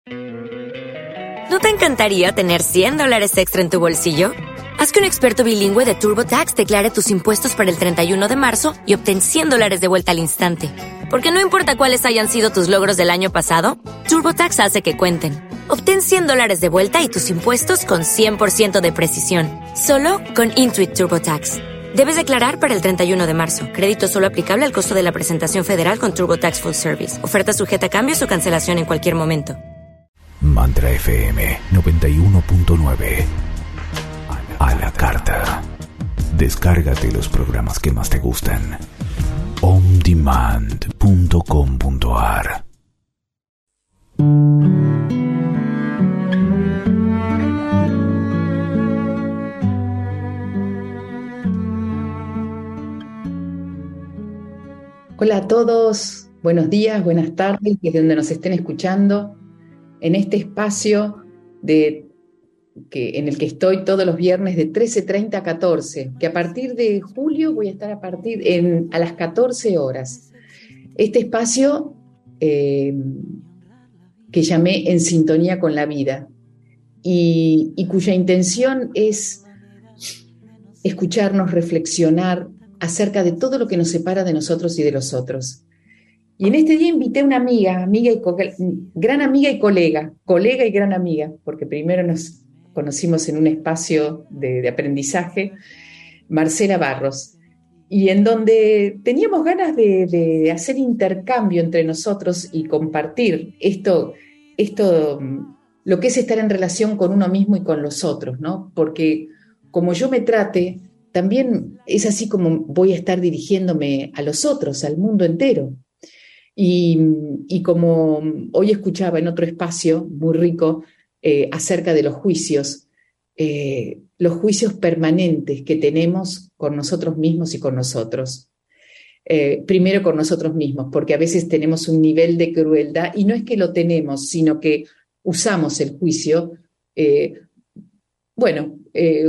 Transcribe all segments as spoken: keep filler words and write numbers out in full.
¿No te encantaría tener cien dólares extra en tu bolsillo? Haz que un experto bilingüe de TurboTax declare tus impuestos para el treinta y uno de marzo y obtén cien dólares de vuelta al instante. Porque no importa cuáles hayan sido tus logros del año pasado, TurboTax hace que cuenten. Obtén cien dólares de vuelta y tus impuestos con cien por ciento de precisión. Solo con Intuit TurboTax. Debes declarar para el treinta y uno de marzo. Crédito solo aplicable al costo de la presentación federal con TurboTax Full Service. Oferta sujeta a cambios o cancelación en cualquier momento. Mantra F M noventa y uno punto nueve. A la carta. Descárgate los programas que más te gustan. on demand punto com punto a r. Hola a todos, buenos días, buenas tardes, desde donde nos estén escuchando, en este espacio de, que, en el que estoy todos los viernes de trece treinta a catorce, que a partir de julio voy a estar a, partir, en, a las catorce horas. Este espacio eh, que llamé En Sintonía con la Vida y, y cuya intención es escucharnos, reflexionar acerca de todo lo que nos separa de nosotros y de los otros. Y en este día invité a una amiga, amiga y co- gran amiga y colega, colega y gran amiga, porque primero nos conocimos en un espacio de, de aprendizaje, Marcela Barros, y en donde teníamos ganas de, de hacer intercambio entre nosotros y compartir esto, esto, lo que es estar en relación con uno mismo y con los otros, ¿no? Porque como yo me trate, también es así como voy a estar dirigiéndome a los otros, al mundo entero. Y, y como hoy escuchaba en otro espacio muy rico eh, acerca de los juicios, eh, los juicios permanentes que tenemos con nosotros mismos y con nosotros. Eh, primero con nosotros mismos, porque a veces tenemos un nivel de crueldad, y no es que lo tenemos, sino que usamos el juicio, eh, bueno, eh,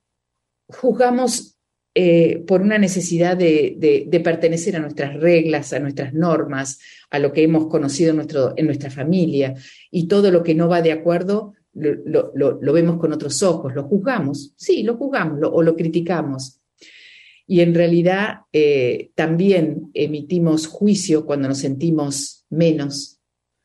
juzgamos eh, por una necesidad de, de, de pertenecer a nuestras reglas, a nuestras normas, a lo que hemos conocido en, nuestro, en nuestra familia, y todo lo que no va de acuerdo lo, lo, lo vemos con otros ojos, lo juzgamos, sí, lo juzgamos lo, o lo criticamos. Y en realidad eh, también emitimos juicio cuando nos sentimos menos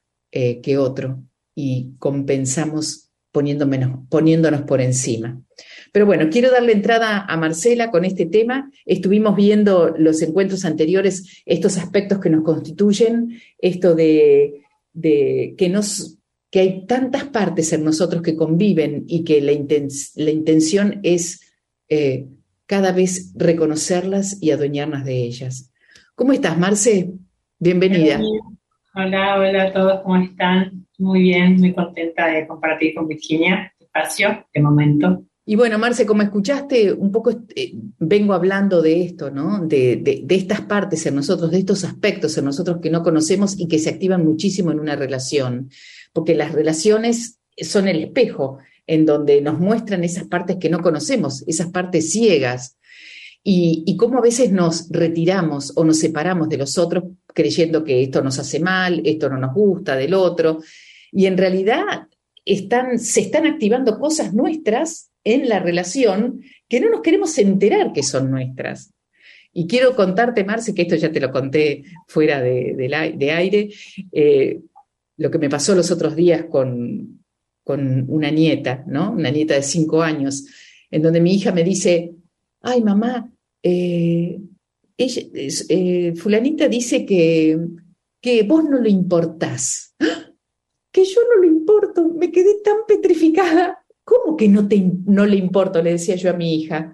eh, que otro y compensamos poniéndonos, poniéndonos por encima. Pero bueno, quiero darle entrada a Marcela con este tema. Estuvimos viendo los encuentros anteriores, estos aspectos que nos constituyen, esto de, de que, nos, que hay tantas partes en nosotros que conviven y que la, inten, la intención es eh, cada vez reconocerlas y adueñarnos de ellas. ¿Cómo estás, Marce? Bienvenida. Hola, hola a todos, ¿cómo están? Muy bien, muy contenta de compartir con Virginia este espacio, este momento. Y bueno, Marce, como escuchaste, un poco eh, vengo hablando de esto, ¿no? De, de, de estas partes en nosotros, de estos aspectos en nosotros que no conocemos y que se activan muchísimo en una relación, porque las relaciones son el espejo en donde nos muestran esas partes que no conocemos, esas partes ciegas, y, y cómo a veces nos retiramos o nos separamos de los otros creyendo que esto nos hace mal, esto no nos gusta del otro, y en realidad están, se están activando cosas nuestras en la relación que no nos queremos enterar que son nuestras. Y quiero contarte, Marce, que esto ya te lo conté fuera de, de, de aire, eh, lo que me pasó los otros días con, con una nieta, ¿no? Una nieta de cinco años, en donde mi hija me dice, ay, mamá, eh, ella, eh, fulanita dice que, que vos no le importás. ¡Ah! Que yo no le importo, me quedé tan petrificada. ¿Cómo que no, te, no le importo? Le decía yo a mi hija.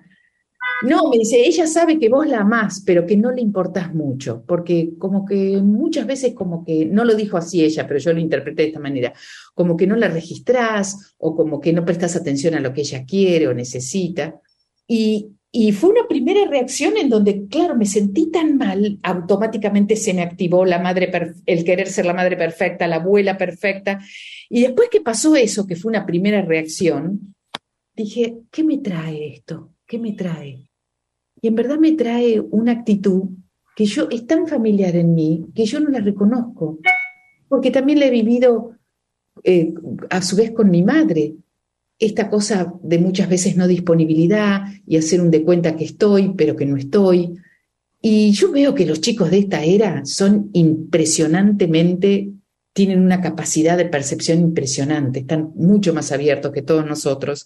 No, me dice, ella sabe que vos la amás, pero que no le importás mucho, porque como que muchas veces como que, no lo dijo así ella, pero yo lo interpreté de esta manera, como que no la registrás o como que no prestás atención a lo que ella quiere o necesita. Y, y fue una primera reacción en donde, claro, me sentí tan mal, automáticamente se me activó la madre perf- el querer ser la madre perfecta, la abuela perfecta. Y después que pasó eso, que fue una primera reacción, dije, ¿qué me trae esto? ¿Qué me trae? Y en verdad me trae una actitud que yo es tan familiar en mí que yo no la reconozco, porque también la he vivido eh, a su vez con mi madre, esta cosa de muchas veces no disponibilidad y hacer un de cuenta que estoy, pero que no estoy. Y yo veo que los chicos de esta era son impresionantemente, tienen una capacidad de percepción impresionante, están mucho más abiertos que todos nosotros.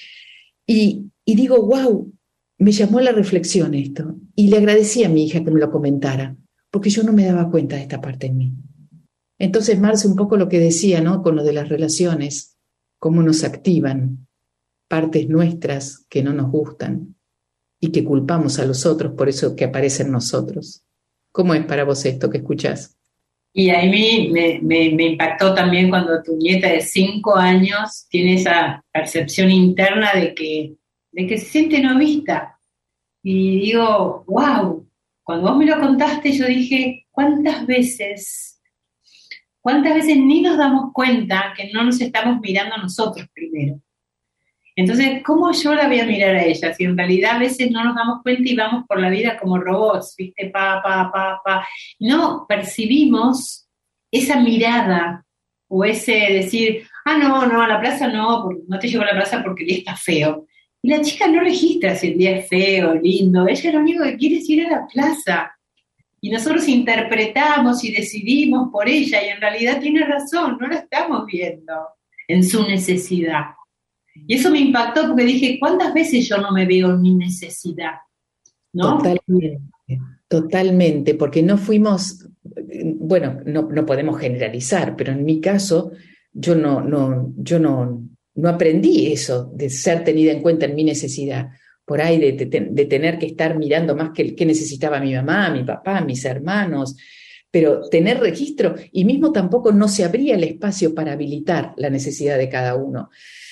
Y, y digo, wow, me llamó a la reflexión esto. Y le agradecí a mi hija que me lo comentara, porque yo no me daba cuenta de esta parte en mí. Entonces, Marce, un poco lo que decía, ¿no? Con lo de las relaciones, cómo nos activan partes nuestras que no nos gustan y que culpamos a los otros por eso que aparece en nosotros. ¿Cómo es para vos esto que escuchás? Y a mí me, me, me impactó también cuando tu nieta de cinco años tiene esa percepción interna de que, de que se siente no vista. Y digo, wow, cuando vos me lo contaste yo dije, ¿cuántas veces, cuántas veces ni nos damos cuenta que no nos estamos mirando a nosotros primero? Entonces, ¿cómo yo la voy a mirar a ella? Si en realidad a veces no nos damos cuenta y vamos por la vida como robots, ¿viste? Pa, pa, pa, pa. No percibimos esa mirada o ese decir, ah, no, no, a la plaza no, no te llevo a la plaza porque el día está feo. Y la chica no registra si el día es feo, lindo. Ella lo único que quiere es ir a la plaza. Y nosotros interpretamos y decidimos por ella y en realidad tiene razón, no la estamos viendo en su necesidad. Y eso me impactó porque dije, ¿cuántas veces yo no me veo en mi necesidad? ¿No? Totalmente, totalmente, porque no fuimos, bueno, no, no podemos generalizar, pero en mi caso, yo no, no, yo no, no aprendí eso de ser tenida en cuenta en mi necesidad, por ahí de, de, de tener que estar mirando más que qué necesitaba mi mamá, mi papá, mis hermanos, pero tener registro, y mismo tampoco no se abría el espacio para habilitar la necesidad de cada uno.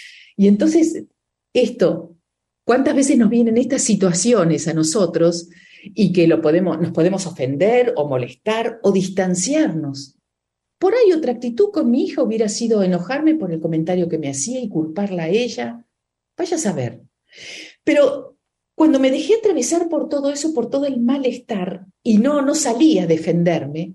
Y entonces, esto, ¿cuántas veces nos vienen estas situaciones a nosotros y que lo podemos, nos podemos ofender o molestar o distanciarnos? Por ahí otra actitud con mi hija hubiera sido enojarme por el comentario que me hacía y culparla a ella. Vaya a saber. Pero cuando me dejé atravesar por todo eso, por todo el malestar, y no, no salí a defenderme,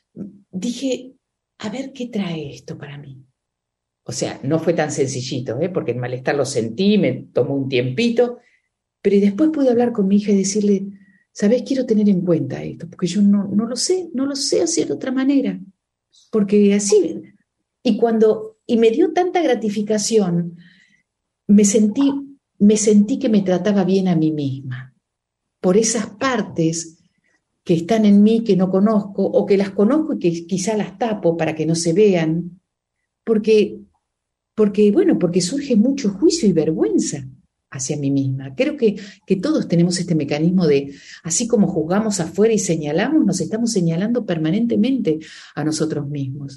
dije, a ver qué trae esto para mí. O sea, no fue tan sencillito, ¿eh? Porque el malestar lo sentí, me tomó un tiempito, pero después pude hablar con mi hija y decirle, ¿sabés? Quiero tener en cuenta esto, porque yo no, no lo sé, no lo sé hacer de otra manera, porque así, y cuando, y me dio tanta gratificación, me sentí, me sentí que me trataba bien a mí misma, por esas partes que están en mí que no conozco, o que las conozco y que quizá las tapo para que no se vean, porque... Porque, bueno, porque surge mucho juicio y vergüenza hacia mí misma. Creo que, que todos tenemos este mecanismo de, así como juzgamos afuera y señalamos, nos estamos señalando permanentemente a nosotros mismos.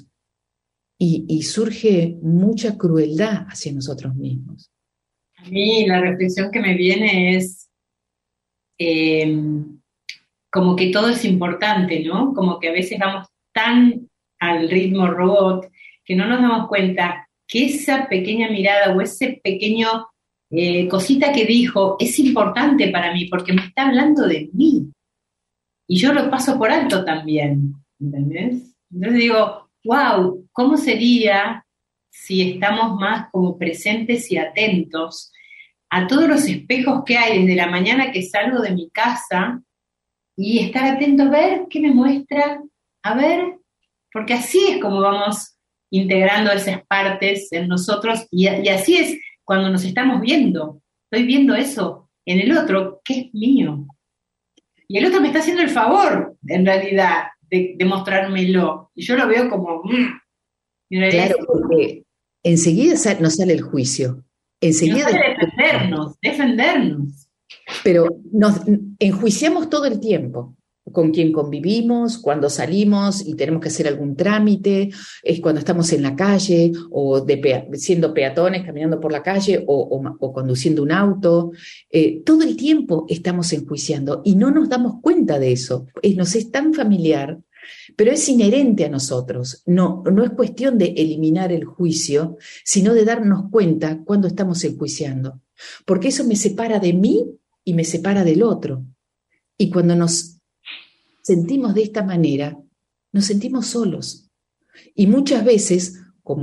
Y, y surge mucha crueldad hacia nosotros mismos. A mí la reflexión que me viene es eh, como que todo es importante, ¿no? Como que a veces vamos tan al ritmo robot que no nos damos cuenta que esa pequeña mirada o ese pequeño eh, cosita que dijo es importante para mí porque me está hablando de mí y yo lo paso por alto también, ¿entendés? Entonces digo, wow, ¿cómo sería si estamos más como presentes y atentos a todos los espejos que hay desde la mañana que salgo de mi casa y estar atento a ver qué me muestra, a ver, porque así es como vamos integrando esas partes en nosotros y, y así es cuando nos estamos viendo. Estoy viendo eso en el otro, que es mío. Y el otro me está haciendo el favor, en realidad, de, de mostrármelo. Y yo lo veo como... Mmm, claro, es, porque enseguida sal, nos sale el juicio. Enseguida nos sale defendernos, defendernos. Pero nos enjuiciamos todo el tiempo. Con quien convivimos, cuando salimos y tenemos que hacer algún trámite, es cuando estamos en la calle o de pea, siendo peatones, caminando por la calle o, o, o conduciendo un auto. Eh, todo el tiempo estamos enjuiciando y no nos damos cuenta de eso. Es, nos es tan familiar, pero es inherente a nosotros. No, no es cuestión de eliminar el juicio, sino de darnos cuenta cuando estamos enjuiciando. Porque eso me separa de mí y me separa del otro. Y cuando nos sentimos de esta manera, nos sentimos solos. Y muchas veces, como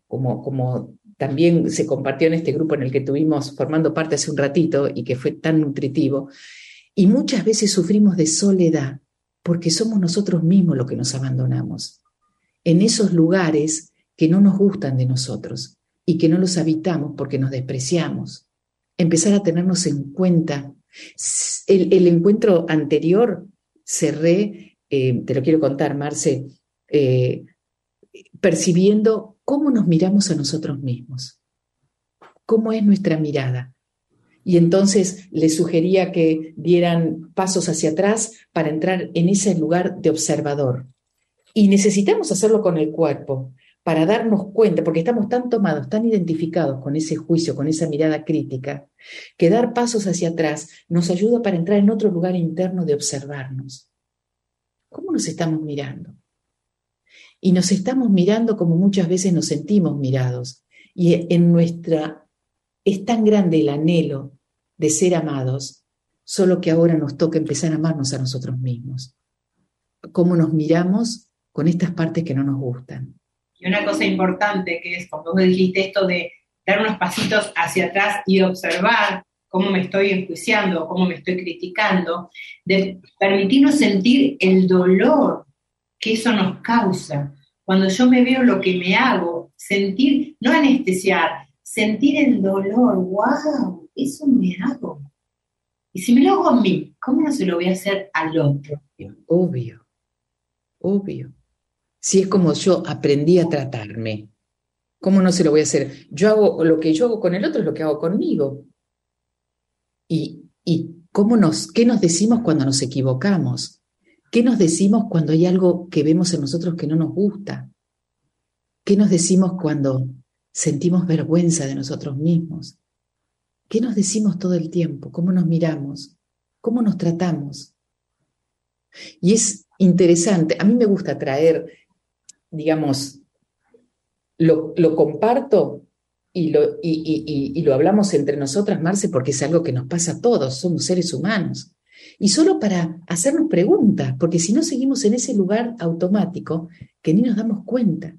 como, como también se compartió en este grupo en el que estuvimos formando parte hace un ratito y que fue tan nutritivo. Y muchas veces sufrimos de soledad porque somos nosotros mismos los que nos abandonamos en esos lugares que no nos gustan de nosotros y que no los habitamos porque nos despreciamos. Empezar a tenernos en cuenta. El, el encuentro anterior cerré, eh, te lo quiero contar, Marce, eh, percibiendo cómo nos miramos a nosotros mismos, cómo es nuestra mirada. Y entonces les sugería que dieran pasos hacia atrás para entrar en ese lugar de observador. Y necesitamos hacerlo con el cuerpo para darnos cuenta, porque estamos tan tomados, tan identificados con ese juicio, con esa mirada crítica, que dar pasos hacia atrás nos ayuda para entrar en otro lugar interno de observarnos. ¿Cómo nos estamos mirando? Y nos estamos mirando como muchas veces nos sentimos mirados. Y en nuestra, es tan grande el anhelo de ser amados, solo que ahora nos toca empezar a amarnos a nosotros mismos. ¿Cómo nos miramos con estas partes que no nos gustan? Y una cosa importante que es, como vos dijiste, esto de dar unos pasitos hacia atrás y observar cómo me estoy enjuiciando, cómo me estoy criticando, de permitirnos sentir el dolor que eso nos causa. Cuando yo me veo lo que me hago, sentir, no anestesiar, sentir el dolor, wow, eso me hago. Y si me lo hago a mí, ¿cómo no se lo voy a hacer al otro? Obvio, obvio. Si es como yo aprendí a tratarme, ¿cómo no se lo voy a hacer? Yo hago, lo que yo hago con el otro es lo que hago conmigo. Y, y ¿cómo nos, qué nos decimos cuando nos equivocamos? ¿Qué nos decimos cuando hay algo que vemos en nosotros que no nos gusta? ¿Qué nos decimos cuando sentimos vergüenza de nosotros mismos? ¿Qué nos decimos todo el tiempo? ¿Cómo nos miramos? ¿Cómo nos tratamos? Y es interesante, a mí me gusta traer, digamos, lo, lo comparto y lo, y, y, y, y lo hablamos entre nosotras, Marce, porque es algo que nos pasa a todos, somos seres humanos. Y solo para hacernos preguntas, porque si no seguimos en ese lugar automático que ni nos damos cuenta.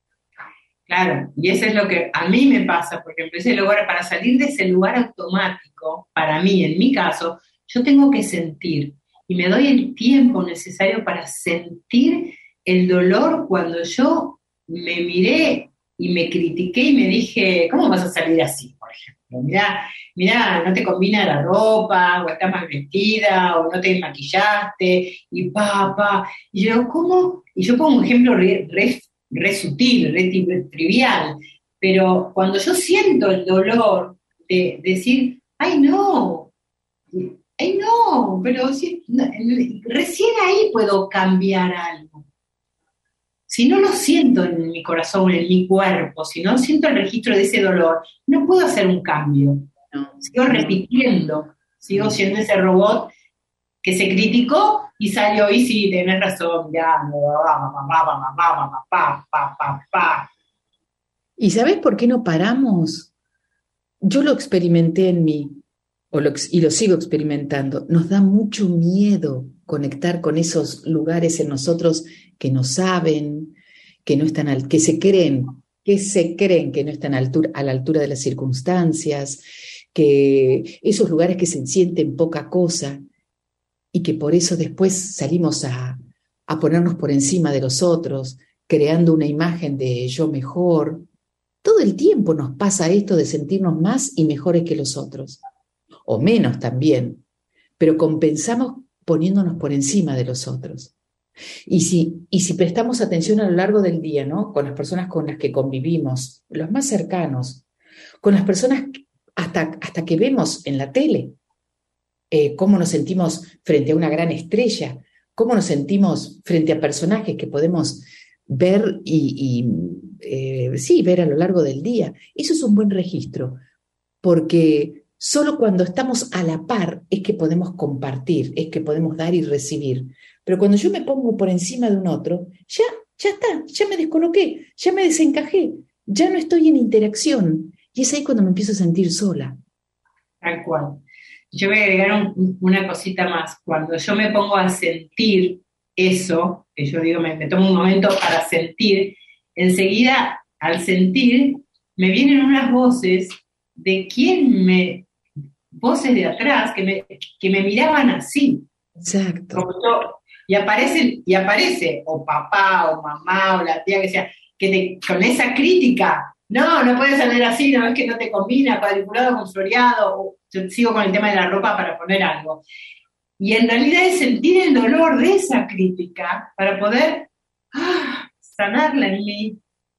Claro, y eso es lo que a mí me pasa, porque empecé a lograr, para salir de ese lugar automático, para mí, en mi caso, yo tengo que sentir, y me doy el tiempo necesario para sentir el dolor cuando yo me miré y me critiqué y me dije, ¿cómo vas a salir así, por ejemplo? Mirá, mirá, no te combina la ropa, o estás mal vestida, o no te maquillaste, y pa, pa. Y yo, ¿cómo? Y yo pongo un ejemplo re, re, re sutil, re trivial, pero cuando yo siento el dolor de, de decir, ay no, ay no, pero si, no, recién ahí puedo cambiar algo. Si no lo siento en mi corazón, en mi cuerpo, si no siento el registro de ese dolor, no puedo hacer un cambio. No, sigo repitiendo, sigo siendo ese robot que se criticó y salió, y sí, tenés razón, ya, pa, pa, pa, pa. ¿Y sabés por qué no paramos? Yo lo experimenté en mí, o lo, y lo sigo experimentando. Nos da mucho miedo conectar con esos lugares en nosotros que no saben, que no están al, que se creen, que se creen que no están a, altura, a la altura de las circunstancias, que esos lugares que se sienten poca cosa y que por eso después salimos a, a ponernos por encima de los otros, creando una imagen de yo mejor. Todo el tiempo nos pasa esto de sentirnos más y mejores que los otros, o menos también, pero compensamos poniéndonos por encima de los otros. Y si, y si prestamos atención a lo largo del día, ¿no? Con las personas con las que convivimos, los más cercanos, con las personas hasta, hasta que vemos en la tele, eh, cómo nos sentimos frente a una gran estrella, cómo nos sentimos frente a personajes que podemos ver y, y eh, sí, ver a lo largo del día. Eso es un buen registro, porque solo cuando estamos a la par es que podemos compartir, es que podemos dar y recibir. Pero cuando yo me pongo por encima de un otro, ya, ya está, ya me descoloqué, ya me desencajé, ya no estoy en interacción. Y es ahí cuando me empiezo a sentir sola. Tal cual. Yo voy a agregar un, una cosita más. Cuando yo me pongo a sentir eso, que yo digo, me, me tomo un momento para sentir, enseguida al sentir, me vienen unas voces de quién me, voces de atrás que me, que me miraban así. Exacto. Como yo, y aparece, y aparece, o papá, o mamá, o la tía que sea, que te, con esa crítica, no, no puedes salir así, no es que no te combina, cuadriculado con floreado, o yo sigo con el tema de la ropa para poner algo. Y en realidad es sentir el dolor de esa crítica para poder ah, sanarla en mí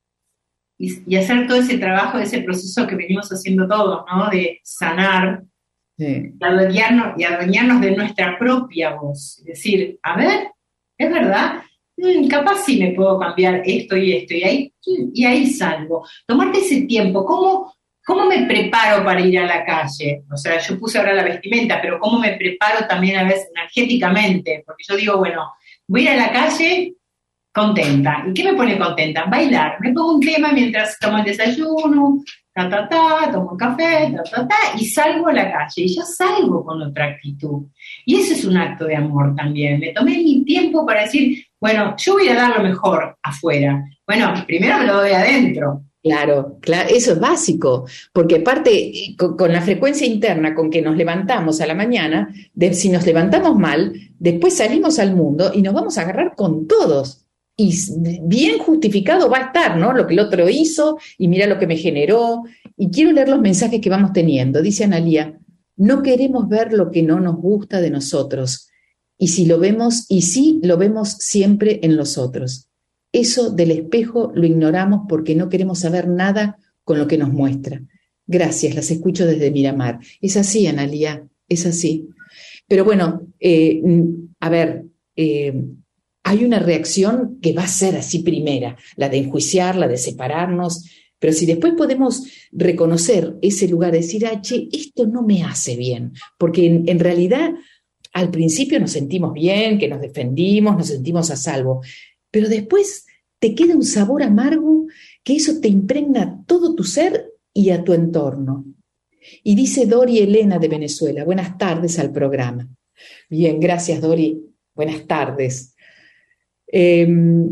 y, y hacer todo ese trabajo, ese proceso que venimos haciendo todos, ¿no? De sanar, Sí. y adueñarnos, y adueñarnos de nuestra propia voz. Es decir, a ver, es verdad, mm, capaz sí me puedo cambiar esto y esto, y ahí, y ahí salgo. Tomarte ese tiempo, ¿cómo, ¿cómo me preparo para ir a la calle? O sea, yo puse ahora la vestimenta, pero ¿cómo me preparo también a veces energéticamente? Porque yo digo, bueno, voy a ir a la calle contenta. ¿Y qué me pone contenta? Bailar. Me pongo un tema mientras tomo el desayuno, ta, ta, ta, tomo un café, ta, ta, ta, y salgo a la calle. Y ya salgo con otra actitud. Y eso es un acto de amor también. Me tomé mi tiempo para decir, bueno, yo voy a dar lo mejor afuera. Bueno, primero me lo doy adentro. Claro, claro, eso es básico, porque aparte, con, con la frecuencia interna con que nos levantamos a la mañana, de, si nos levantamos mal, después salimos al mundo y nos vamos a agarrar con todos. Y bien justificado va a estar, ¿no? Lo que el otro hizo, y mira lo que me generó. Y quiero leer los mensajes que vamos teniendo. Dice Analía, no queremos ver lo que no nos gusta de nosotros. Y si lo vemos, y sí lo vemos siempre en los otros. Eso del espejo lo ignoramos porque no queremos saber nada con lo que nos muestra. Gracias, las escucho desde Miramar. Es así, Analía, es así. Pero bueno, eh, a ver, eh, hay una reacción que va a ser así primera, la de enjuiciar, la de separarnos, pero si después podemos reconocer ese lugar, decir, ah, che, esto no me hace bien, porque en, en realidad al principio nos sentimos bien, que nos defendimos, nos sentimos a salvo, pero después te queda un sabor amargo que eso te impregna todo tu ser y a tu entorno. Y dice Dori Elena de Venezuela, buenas tardes al programa. Bien, gracias Dori, buenas tardes. Eh,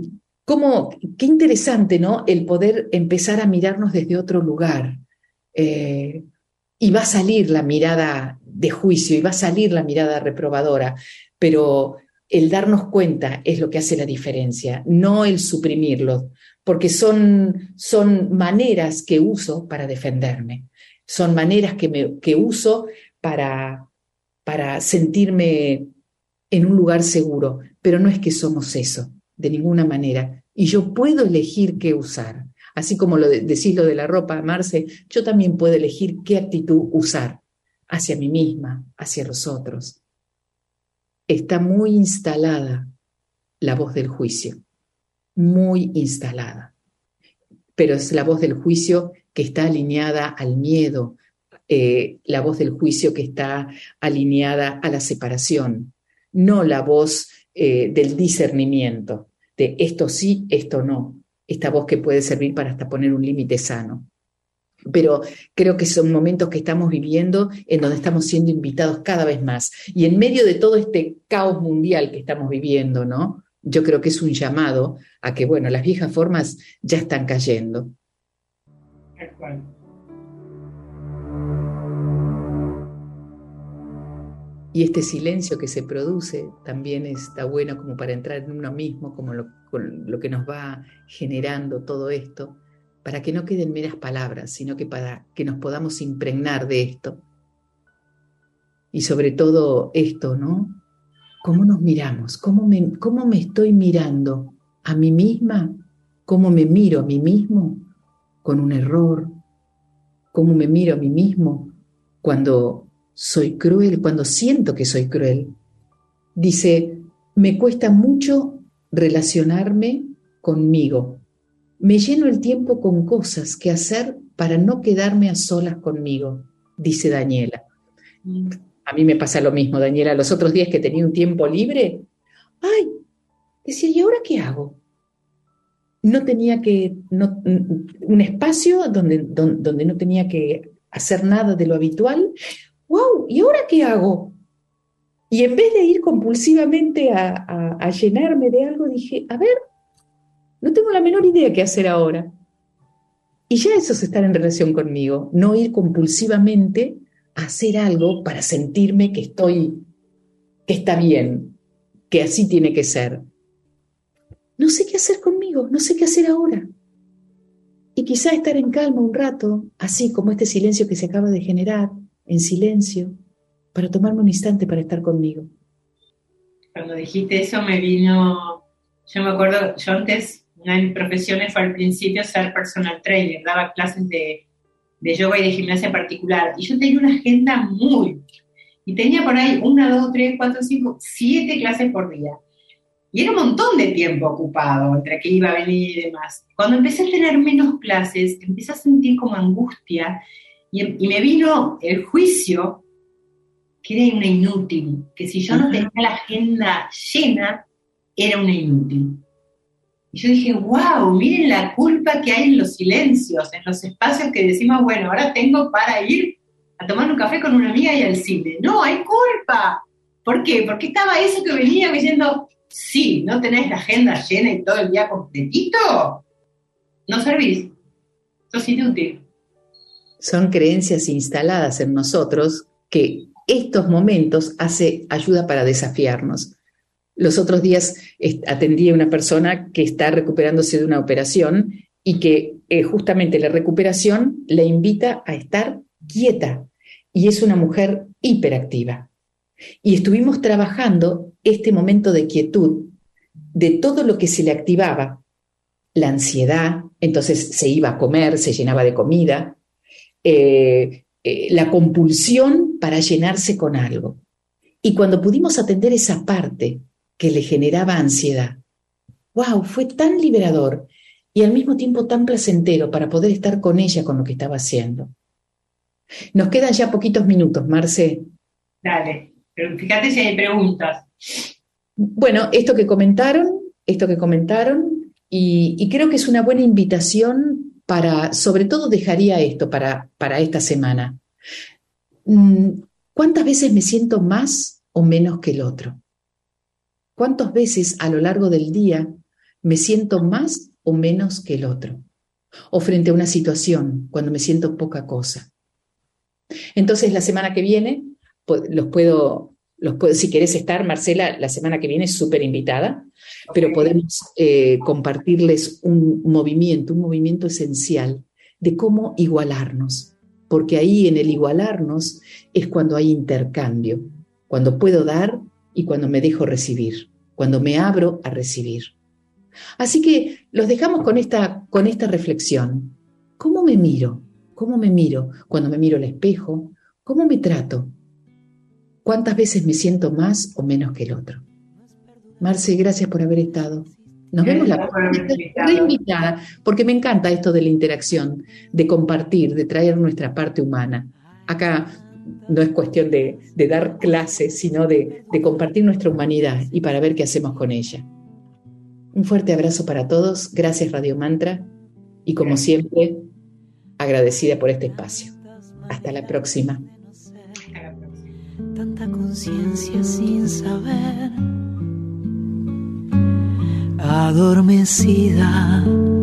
cómo, qué interesante, ¿no? El poder empezar a mirarnos desde otro lugar. Eh, y va a salir la mirada de juicio, y va a salir la mirada reprobadora, pero el darnos cuenta es lo que hace la diferencia, no el suprimirlo, porque son, son maneras que uso para defenderme, son maneras que, me, que uso para, para sentirme en un lugar seguro, pero no es que somos eso, de ninguna manera. Y yo puedo elegir qué usar. Así como lo de, decís lo de la ropa, Marce, yo también puedo elegir qué actitud usar hacia mí misma, hacia los otros. Está muy instalada la voz del juicio, muy instalada. Pero es la voz del juicio que está alineada al miedo, eh, la voz del juicio que está alineada a la separación, no la voz eh, del discernimiento, de esto sí, esto no. Esta voz que puede servir para hasta poner un límite sano. Pero creo que son momentos que estamos viviendo en donde estamos siendo invitados cada vez más. Y en medio de todo este caos mundial que estamos viviendo, ¿no? Yo creo que es un llamado a que, bueno, las viejas formas ya están cayendo. Tal cual. Y este silencio que se produce también está bueno como para entrar en uno mismo, como lo, lo que nos va generando todo esto, para que no queden meras palabras, sino que para que nos podamos impregnar de esto. Y sobre todo esto, ¿no? ¿Cómo nos miramos? ¿Cómo me, cómo me estoy mirando a mí misma? ¿Cómo me miro a mí mismo con un error? ¿Cómo me miro a mí mismo cuando soy cruel, cuando siento que soy cruel? Dice, me cuesta mucho relacionarme conmigo. Me lleno el tiempo con cosas que hacer para no quedarme a solas conmigo, dice Daniela. Mm. A mí me pasa lo mismo, Daniela. Los otros días que tenía un tiempo libre, ay, decía, ¿y ahora qué hago? No tenía que, no, un espacio donde, donde, donde no tenía que hacer nada de lo habitual. ¡Wow! ¿Y ahora qué hago? Y en vez de ir compulsivamente a, a, a llenarme de algo, dije, a ver, no tengo la menor idea qué hacer ahora. Y ya eso es estar en relación conmigo, no ir compulsivamente a hacer algo para sentirme que estoy, que está bien, que así tiene que ser. No sé qué hacer conmigo, no sé qué hacer ahora. Y quizá estar en calma un rato, así como este silencio que se acaba de generar, en silencio, para tomarme un instante para estar conmigo. Cuando dijiste eso me vino, yo me acuerdo, yo antes, una de mis profesiones fue al principio ser personal trainer, daba clases de, de yoga y de gimnasia particular, y yo tenía una agenda muy, y tenía por ahí una, dos, tres, cuatro, cinco, siete clases por día. Y era un montón de tiempo ocupado, entre que iba a venir y demás. Cuando empecé a tener menos clases, empecé a sentir como angustia, y, y me vino el juicio que era una inútil, que si yo no tenía la agenda llena, era una inútil. Y yo dije, wow, miren la culpa que hay en los silencios, en los espacios que decimos, bueno, ahora tengo para ir a tomar un café con una amiga y al cine. No, hay culpa. ¿Por qué? Porque estaba eso que venía diciendo, sí, no tenés la agenda llena y todo el día completito, no servís, sos inútil. Son creencias instaladas en nosotros que estos momentos hace ayuda para desafiarnos. Los otros días atendí a una persona que está recuperándose de una operación y que eh, justamente la recuperación le invita a estar quieta, y es una mujer hiperactiva. Y estuvimos trabajando este momento de quietud, de todo lo que se le activaba, la ansiedad, entonces se iba a comer, se llenaba de comida, eh, eh, la compulsión para llenarse con algo. Y cuando pudimos atender esa parte que le generaba ansiedad, wow, fue tan liberador y al mismo tiempo tan placentero para poder estar con ella con lo que estaba haciendo. Nos quedan ya poquitos minutos, Marce. Dale, pero fíjate si hay preguntas. Bueno, esto que comentaron, esto que comentaron, y, y creo que es una buena invitación para, sobre todo dejaría esto para, para esta semana. ¿Cuántas veces me siento más o menos que el otro? ¿Cuántas veces a lo largo del día me siento más o menos que el otro? O frente a una situación, cuando me siento poca cosa. Entonces, la semana que viene, los puedo, los puedo, si querés estar, Marcela, la semana que viene es súper invitada, okay. Pero podemos eh, compartirles un movimiento, un movimiento esencial de cómo igualarnos, porque ahí en el igualarnos es cuando hay intercambio, cuando puedo dar y cuando me dejo recibir, cuando me abro a recibir. Así que los dejamos con esta, con esta reflexión. ¿Cómo me miro? ¿Cómo me miro cuando me miro al espejo? ¿Cómo me trato? ¿Cuántas veces me siento más o menos que el otro? Marce, gracias por haber estado. Nos vemos la próxima. Reinvitada, porque me encanta esto de la interacción, de compartir, de traer nuestra parte humana. Acá no es cuestión de, de dar clases, sino de, de compartir nuestra humanidad y para ver qué hacemos con ella. Un fuerte abrazo para todos. Gracias, Radio Mantra. Y como siempre, agradecida por este espacio. Hasta la próxima. Tanta conciencia sin saber, adormecida.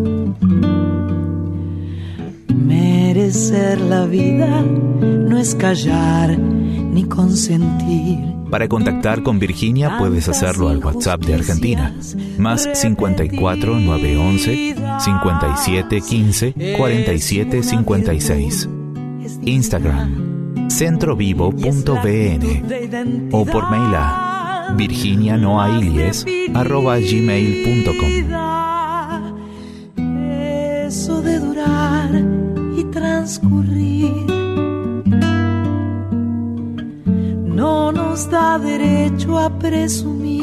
Merecer la vida no es callar ni consentir. Para contactar con Virginia puedes hacerlo al WhatsApp de Argentina, más cincuenta y cuatro, nueve once, cincuenta y siete, quince, cuarenta y siete, cincuenta y seis. Instagram, centrovivo punto b n o por mail a virginianoailies arroba gmail punto com. Eso de durar y transcurrir no nos da derecho a presumir